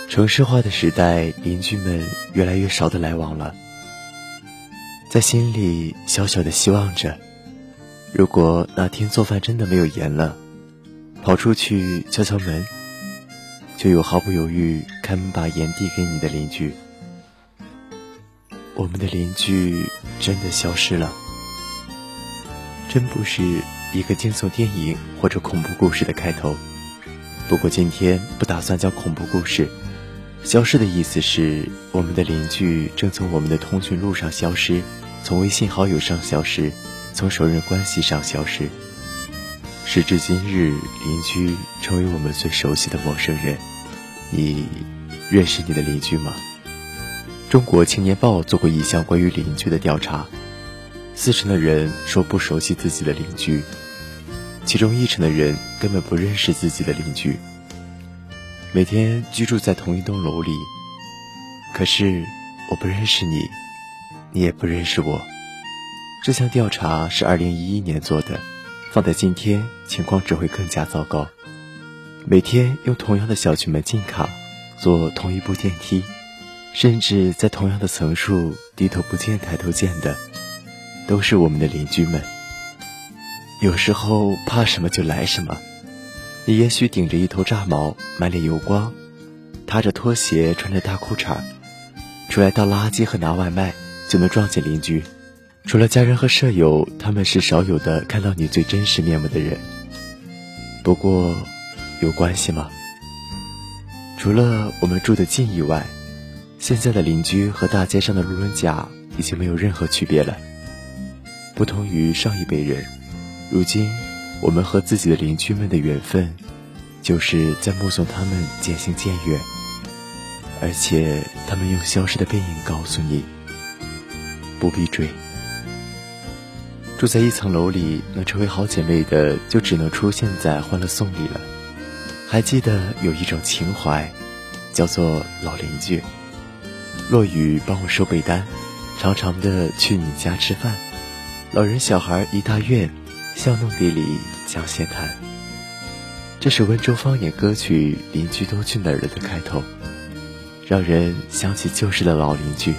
城市化的时代，邻居们越来越少的来往了。在心里小小的希望着，如果哪天做饭真的没有盐了，跑出去敲敲门，就有毫不犹豫开门把盐递给你的邻居。我们的邻居真的消失了，真不是一个惊悚电影或者恐怖故事的开头。不过今天不打算讲恐怖故事，消失的意思是我们的邻居正从我们的通讯录上消失，从微信好友上消失，从熟人关系上消失。时至今日，邻居成为我们最熟悉的陌生人。你认识你的邻居吗？中国青年报做过一项关于邻居的调查，40%的人说不熟悉自己的邻居，其中1%的人根本不认识自己的邻居。每天居住在同一栋楼里，可是我不认识你，你也不认识我。这项调查是2011年做的，放在今天情况只会更加糟糕。每天用同样的小区门禁卡，坐同一部电梯，甚至在同样的层数低头不见抬头见的，都是我们的邻居们。有时候怕什么就来什么，你也许顶着一头炸毛，满脸油光，踏着拖鞋，穿着大裤衩，出来倒垃圾和拿外卖，就能撞见邻居。除了家人和舍友，他们是少有的看到你最真实面目的人。不过有关系吗？除了我们住得近以外，现在的邻居和大街上的路人甲已经没有任何区别了。不同于上一辈人，如今我们和自己的邻居们的缘分，就是在目送他们渐行渐远，而且他们用消失的背影告诉你，不必追。住在一层楼里，能成为好姐妹的，就只能出现在欢乐颂里了。还记得有一种情怀，叫做老邻居。落雨帮我收被单，常常的去你家吃饭。老人小孩一大院，巷弄地里讲闲谈。这是温州方言歌曲《邻居都去哪儿了》的开头，让人想起旧时的老邻居。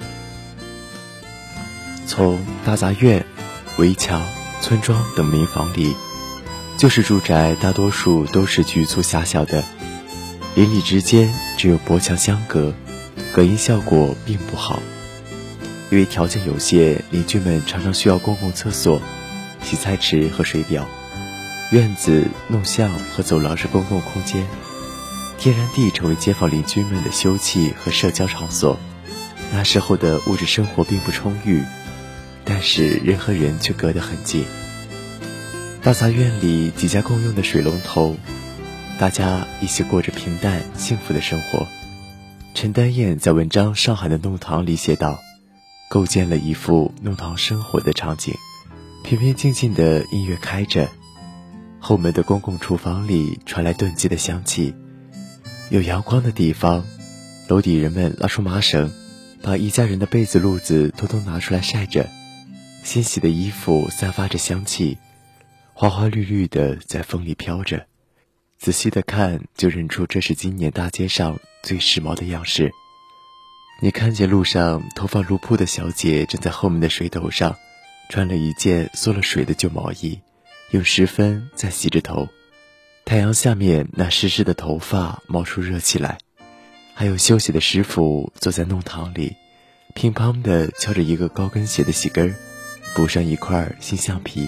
从大杂院、围墙、村庄等民房里，旧式住宅大多数都是局促狭小的，邻里之间只有薄墙相隔，隔音效果并不好。因为条件有限，邻居们常常需要公共厕所、洗菜池和水表。院子、弄巷和走廊是公共空间，天然地成为街坊邻居们的休憩和社交场所。那时候的物质生活并不充裕，但是人和人却隔得很近。大杂院里几家共用的水龙头，大家一起过着平淡幸福的生活。陈丹燕在文章《上海的弄堂》里写道，构建了一幅弄堂生活的场景。平平静静的音乐开着，后门的公共厨房里传来炖鸡的香气。有阳光的地方，楼底人们拉出麻绳，把一家人的被子褥子偷偷拿出来晒着。新洗的衣服散发着香气，花花绿绿的在风里飘着。仔细的看，就认出这是今年大街上最时髦的样式。你看见路上头发如瀑的小姐正在后面的水斗上，穿了一件缩了水的旧毛衣，用湿分在洗着头。太阳下面那湿湿的头发冒出热气来。还有休息的师傅坐在弄堂里，乒乓地敲着一个高跟鞋的鞋跟，补上一块新橡皮。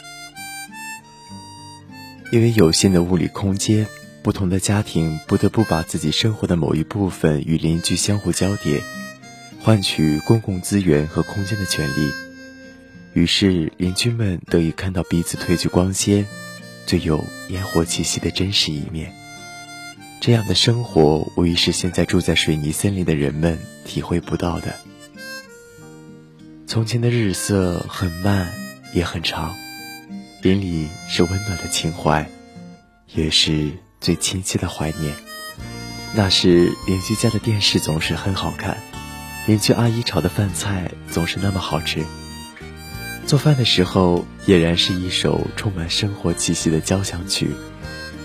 因为有限的物理空间，不同的家庭不得不把自己生活的某一部分与邻居相互交叠，换取公共资源和空间的权利。于是邻居们得以看到彼此褪去光鲜、最有烟火气息的真实一面。这样的生活无疑是现在住在水泥森林的人们体会不到的。从前的日色很慢也很长，邻里是温暖的情怀，也是最亲切的怀念。那时邻居家的电视总是很好看，邻居阿姨炒的饭菜总是那么好吃。做饭的时候俨然是一首充满生活气息的交响曲。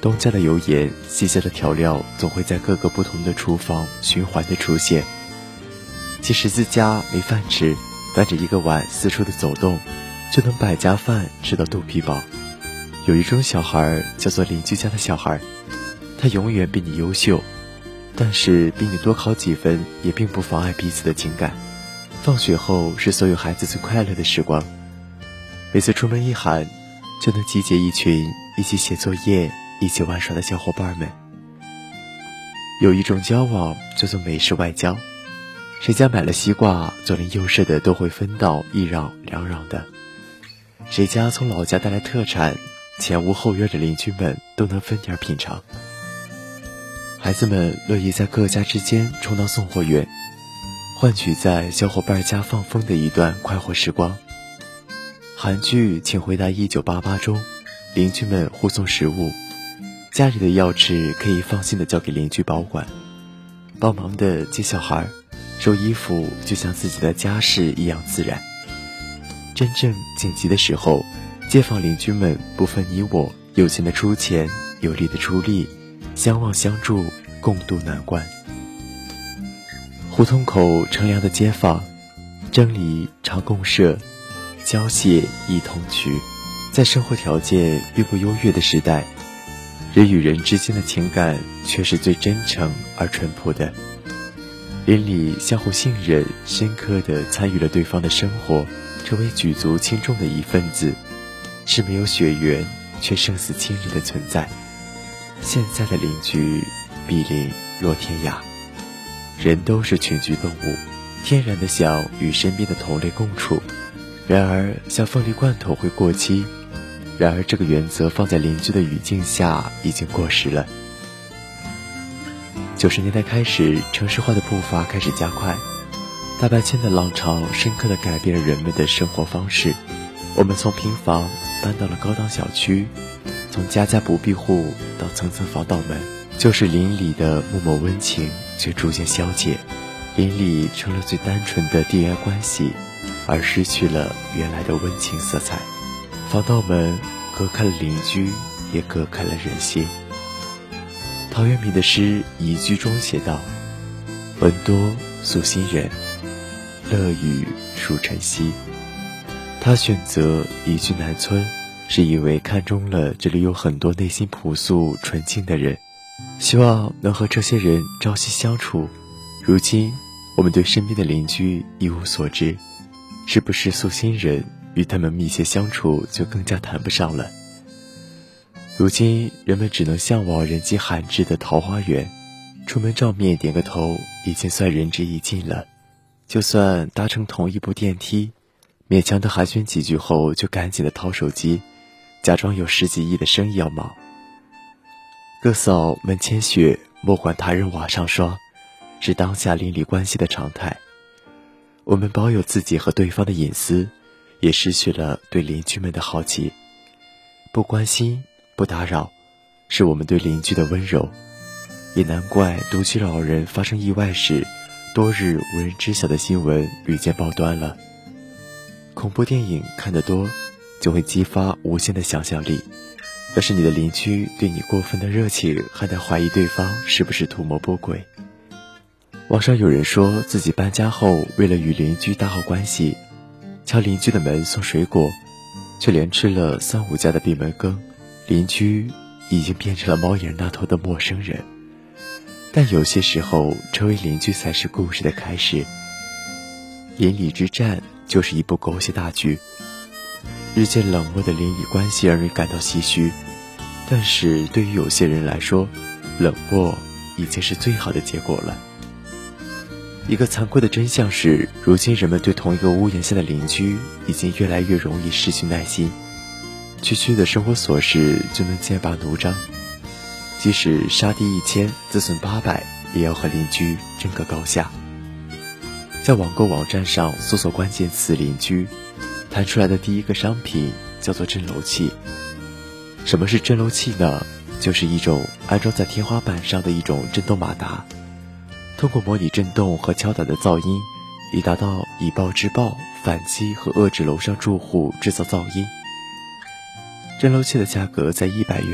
东家的油盐，西家的调料，总会在各个不同的厨房循环的出现。即使自家没饭吃，端着一个碗四处的走动，就能把家饭吃到肚皮饱。有一种小孩叫做邻居家的小孩，他永远比你优秀，但是比你多考几分也并不妨碍彼此的情感。放学后是所有孩子最快乐的时光，每次出门一喊，就能集结一群一起写作业、一起玩耍的小伙伴们。有一种交往叫做美食外交，谁家买了西瓜，左邻右舍的都会分到一嚷两嚷的。谁家从老家带来特产，前屋后院的邻居们都能分点品尝。孩子们乐意在各家之间充当送货员，换取在小伙伴家放风的一段快活时光。韩剧《请回答1988》中，邻居们互送食物，家里的钥匙可以放心地交给邻居保管，帮忙的接小孩，收衣服就像自己的家事一样自然。真正紧急的时候，街坊邻居们不分你我，有钱的出钱，有力的出力，相望相助，共度难关。胡同口乘凉的街坊，蒸梨常共社，交械一同渠。在生活条件并不优越的时代，人与人之间的情感却是最真诚而淳朴的。邻里相互信任，深刻地参与了对方的生活，成为举足轻重的一份子，是没有血缘却生死亲邻的存在。现在的邻居比邻若天涯，人都是群居动物，天然的想与身边的同类共处。然而像凤梨罐头会过期，然而这个原则放在邻居的语境下已经过时了。90年代开始，城市化的步伐开始加快，大白迁的浪潮深刻地改变了人们的生活方式。我们从平房搬到了高档小区，从家家不闭户到层层防盗门，就是邻里的默默温情却逐渐消解，邻里成了最单纯的地缘关系，而失去了原来的温情色彩。防盗门隔开了邻居，也隔开了人心。陶渊明的诗《移居》中写道：闻多诉心人，乐与书晨曦。他选择移居南村，是因为看中了这里有很多内心朴素纯净的人，希望能和这些人朝夕相处。如今我们对身边的邻居一无所知，是不是素心人与他们密切相处就更加谈不上了。如今人们只能向往人迹罕至的桃花源，出门照面点个头已经算仁至义尽了。就算搭乘同一部电梯，勉强的寒暄几句后就赶紧的掏手机，假装有10几亿的生意要忙。哥扫门前雪，莫管他人瓦上霜，是当下邻里关系的常态。我们保有自己和对方的隐私，也失去了对邻居们的好奇。不关心不打扰，是我们对邻居的温柔。也难怪独居老人发生意外时，多日无人知晓的新闻屡见报端了。恐怖电影看得多，就会激发无限的想象力。要是你的邻居对你过分的热情，还得怀疑对方是不是图谋不轨。网上有人说自己搬家后，为了与邻居打好关系，敲邻居的门送水果，却连吃了3、5家的闭门羹，邻居已经变成了猫眼那头的陌生人。但有些时候，成为邻居才是故事的开始。邻里之战就是一部狗血大剧，日渐冷漠的邻里关系让人感到唏嘘，但是对于有些人来说，冷漠已经是最好的结果了。一个残酷的真相是，如今人们对同一个屋檐下的邻居已经越来越容易失去耐心，区区的生活琐事就能剑拔弩张，即使杀敌1000，自损800，也要和邻居争个高下。在网购网站上搜索关键词邻居，弹出来的第一个商品叫做震楼器。什么是震楼器呢？就是一种安装在天花板上的一种震动马达，通过模拟震动和敲打的噪音，以达到以暴制暴、反击和遏制楼上住户制造噪音。震楼器的价格在100元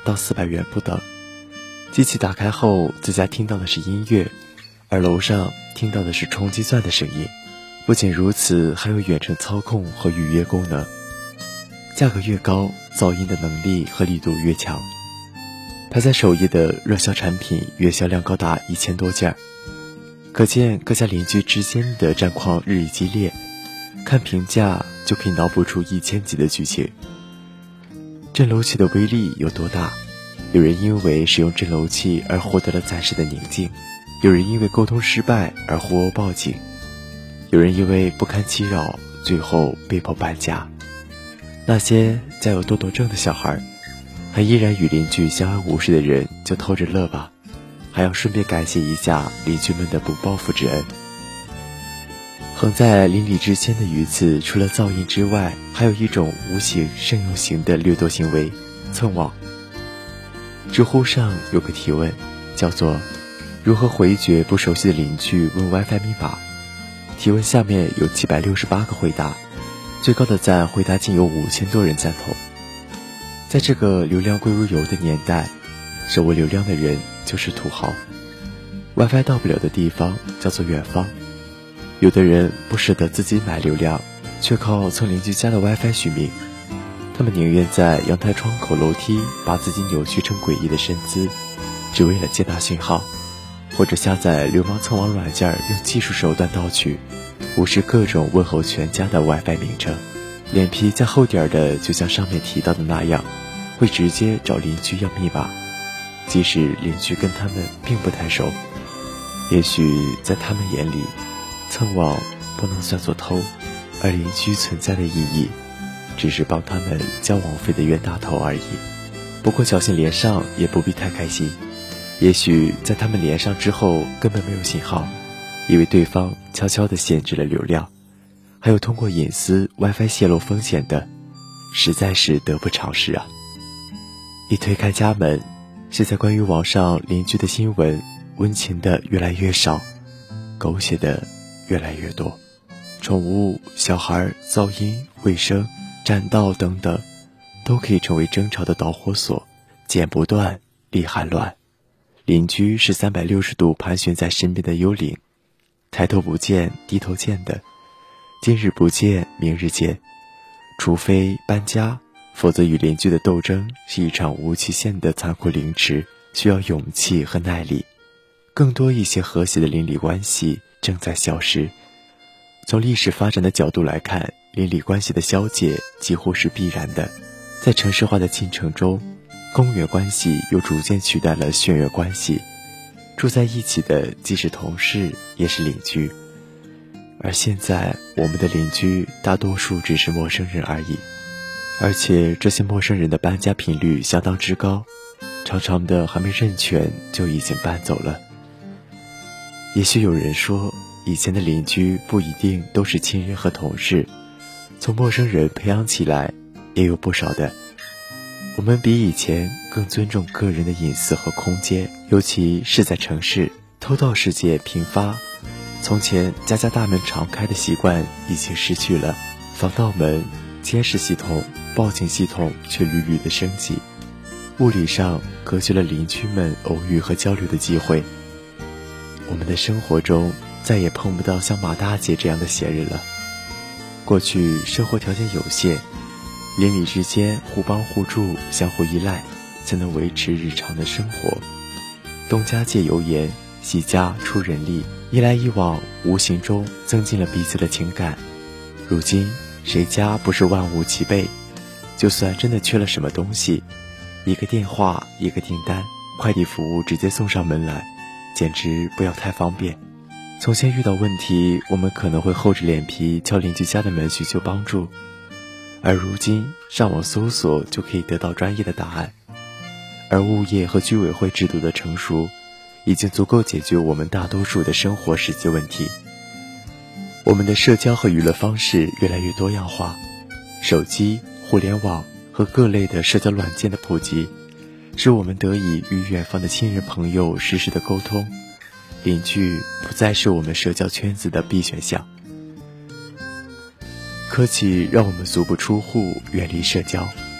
到400元不等。机器打开后，在家听到的是音乐，而楼上听到的是充计算的声音。不仅如此，还有远程操控和预约功能。价格越高，噪音的能力和力度越强。排在首页的热销产品月销量高达1000多件，可见各家邻居之间的战况日益激烈。看评价就可以脑补出1000集的剧情。震楼器的威力有多大？有人因为使用震楼器而获得了暂时的宁静，有人因为沟通失败而互殴报警，有人因为不堪其扰最后被迫搬家。那些家有多动症的小孩，还依然与邻居相安无事的人就偷着乐吧，还要顺便感谢一下邻居们的不报复之恩。横在邻里之间的鱼刺，除了噪音之外，还有一种无形慎用型的掠夺行为——蹭网。知乎上有个提问，叫做“如何回绝不熟悉的邻居问 WiFi 密码”。提问下面有768个回答，最高的赞回答竟有5000多人赞同。在这个流量贵如油的年代，手握流量的人就是土豪。WiFi 到不了的地方叫做远方。有的人不舍得自己买流量，却靠蹭邻居家的 WiFi 续命。他们宁愿在阳台窗口楼梯把自己扭曲成诡异的身姿，只为了接大信号，或者下载流氓蹭网软件，用技术手段盗取，无视各种问候全家的 WiFi 名称。脸皮再厚点的，就像上面提到的那样，会直接找邻居要密码，即使邻居跟他们并不太熟。也许在他们眼里，蹭网不能算作偷，而邻居存在的意义只是帮他们交网费的冤大头而已。不过侥幸连上也不必太开心，也许在他们连上之后根本没有信号，因为对方悄悄地限制了流量。还有通过隐私 WiFi 泄露风险的，实在是得不偿失啊。一推开家门，现在关于网上邻居的新闻，温情的越来越少，狗血的越来越多。宠物、小孩、噪音、卫生、占道等等，都可以成为争吵的导火索，剪不断，理还乱。邻居是360度盘旋在身边的幽灵，抬头不见低头见的，今日不见明日见。除非搬家，否则与邻居的斗争是一场无期限的残酷凌迟，需要勇气和耐力。更多一些和谐的邻里关系正在消失。从历史发展的角度来看，邻里关系的消解几乎是必然的。在城市化的进程中，公园关系又逐渐取代了血缘关系，住在一起的既是同事也是邻居。而现在我们的邻居大多数只是陌生人而已，而且这些陌生人的搬家频率相当之高，常常的还没认全就已经搬走了。也许有人说，以前的邻居不一定都是亲人和同事，从陌生人培养起来也有不少的。我们比以前更尊重个人的隐私和空间，尤其是在城市，偷盗事件频发。从前家家大门常开的习惯已经失去了，防盗门、监视系统、报警系统却屡屡的升级，物理上隔绝了邻居们偶遇和交流的机会。我们的生活中再也碰不到像马大姐这样的闲人了。过去生活条件有限，邻里之间互帮互助，相互依赖，才能维持日常的生活。东家借油盐，西家出人力，一来一往，无形中增进了彼此的情感。如今谁家不是万物齐备？就算真的缺了什么东西，一个电话，一个订单，快递服务直接送上门来，简直不要太方便。从前遇到问题，我们可能会厚着脸皮敲邻居家的门寻求帮助，而如今上网搜索就可以得到专业的答案。而物业和居委会制度的成熟，已经足够解决我们大多数的生活实际问题。我们的社交和娱乐方式越来越多样化，手机、互联网和各类的社交软件的普及，使我们得以与远方的亲人朋友实时的沟通。邻居不再是我们社交圈子的必选项。科技让我们足不出户，远离社交。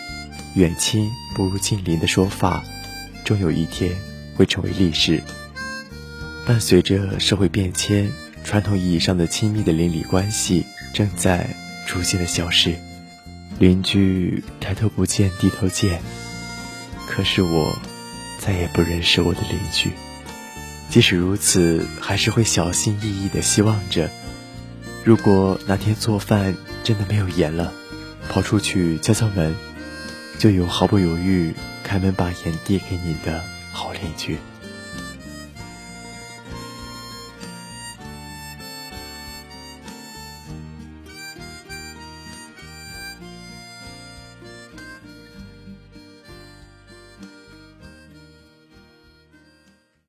远亲不如近邻的说法，终有一天会成为历史。伴随着社会变迁，传统意义上的亲密的邻里关系正在逐渐的消失。邻居抬头不见低头见，可是我再也不认识我的邻居。即使如此，还是会小心翼翼地希望着，如果哪天做饭真的没有盐了，跑出去敲敲门，就有毫不犹豫开门把盐递给你的好邻居。